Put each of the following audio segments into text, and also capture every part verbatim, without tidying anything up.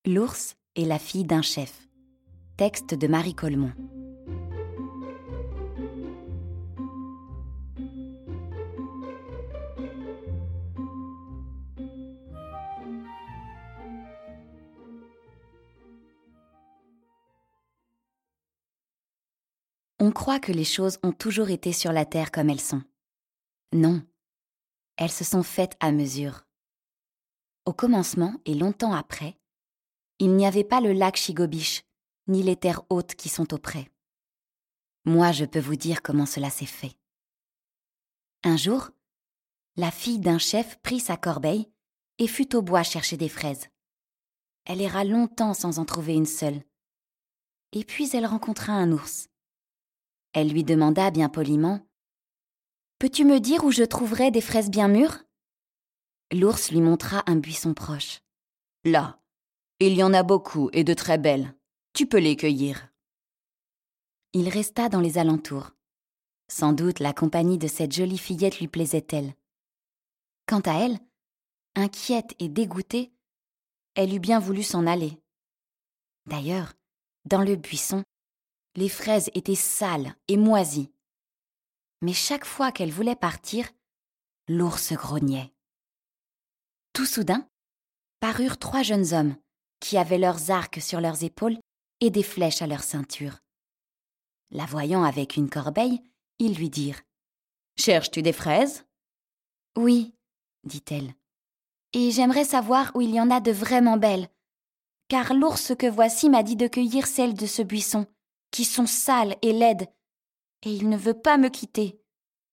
L'ours et la fille d'un chef. Texte de Marie Colmont. On croit que les choses ont toujours été sur la terre comme elles sont. Non, elles se sont faites à mesure. Au commencement et longtemps après, il n'y avait pas le lac Chigobiche, ni les terres hautes qui sont auprès. Moi, je peux vous dire comment cela s'est fait. Un jour, la fille d'un chef prit sa corbeille et fut au bois chercher des fraises. Elle erra longtemps sans en trouver une seule. Et puis elle rencontra un ours. Elle lui demanda bien poliment « Peux-tu me dire où je trouverai des fraises bien mûres ?» L'ours lui montra un buisson proche. « Là, il y en a beaucoup et de très belles. Tu peux les cueillir. » Il resta dans les alentours. Sans doute la compagnie de cette jolie fillette lui plaisait-elle. Quant à elle, inquiète et dégoûtée, elle eût bien voulu s'en aller. D'ailleurs, dans le buisson, les fraises étaient sales et moisies. Mais chaque fois qu'elle voulait partir, l'ours grognait. Tout soudain, parurent trois jeunes hommes qui avaient leurs arcs sur leurs épaules et des flèches à leur ceinture. La voyant avec une corbeille, ils lui dirent « Cherches-tu des fraises ?»« Oui, » dit-elle, « et j'aimerais savoir où il y en a de vraiment belles, car l'ours que voici m'a dit de cueillir celles de ce buisson, qui sont sales et laides, et il ne veut pas me quitter. »«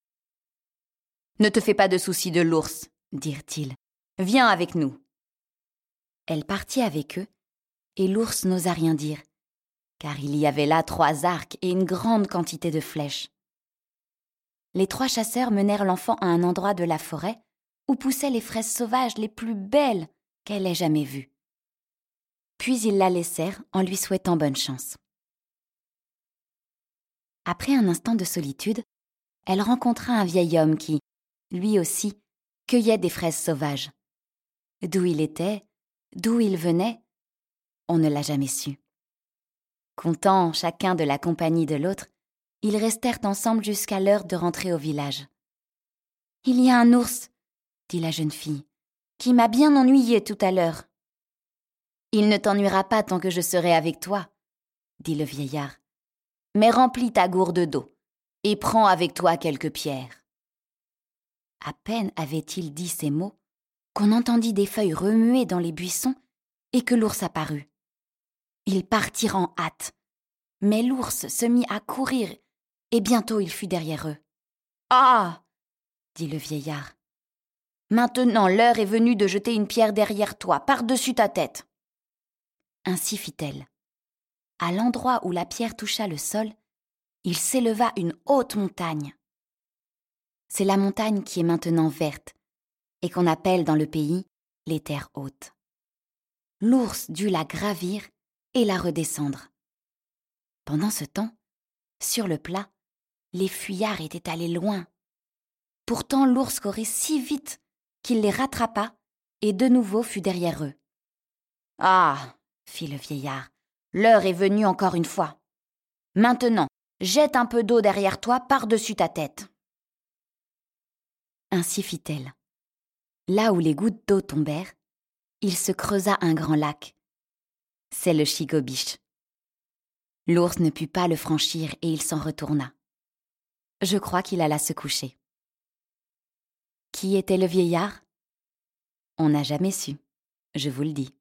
Ne te fais pas de soucis de l'ours, » dirent-ils. « Viens avec nous. » Elle partit avec eux, et l'ours n'osa rien dire, car il y avait là trois arcs et une grande quantité de flèches. Les trois chasseurs menèrent l'enfant à un endroit de la forêt où poussaient les fraises sauvages les plus belles qu'elle ait jamais vues. Puis ils la laissèrent en lui souhaitant bonne chance. Après un instant de solitude, elle rencontra un vieil homme qui, lui aussi, cueillait des fraises sauvages. D'où il était, d'où il venait, on ne l'a jamais su. Contents chacun de la compagnie de l'autre, ils restèrent ensemble jusqu'à l'heure de rentrer au village. « Il y a un ours, » dit la jeune fille, « qui m'a bien ennuyée tout à l'heure. »« Il ne t'ennuiera pas tant que je serai avec toi, » dit le vieillard. « Mais remplis ta gourde d'eau et prends avec toi quelques pierres. » À peine avait-il dit ces mots qu'on entendit des feuilles remuer dans les buissons et que l'ours apparut. Ils partirent en hâte, mais l'ours se mit à courir et bientôt il fut derrière eux. « Ah !» dit le vieillard. « Maintenant l'heure est venue de jeter une pierre derrière toi, par-dessus ta tête. » Ainsi fit-elle. À l'endroit où la pierre toucha le sol, il s'éleva une haute montagne. C'est la montagne qui est maintenant verte et qu'on appelle dans le pays les terres hautes. L'ours dut la gravir et la redescendre. Pendant ce temps, sur le plat, les fuyards étaient allés loin. Pourtant l'ours courait si vite qu'il les rattrapa et de nouveau fut derrière eux. « Ah !» fit le vieillard, « l'heure est venue encore une fois. Maintenant, jette un peu d'eau derrière toi par-dessus ta tête. » Ainsi fit-elle. Là où les gouttes d'eau tombèrent, il se creusa un grand lac. C'est le Chigobiche. L'ours ne put pas le franchir et il s'en retourna. Je crois qu'il alla se coucher. Qui était le vieillard ? On n'a jamais su, je vous le dis.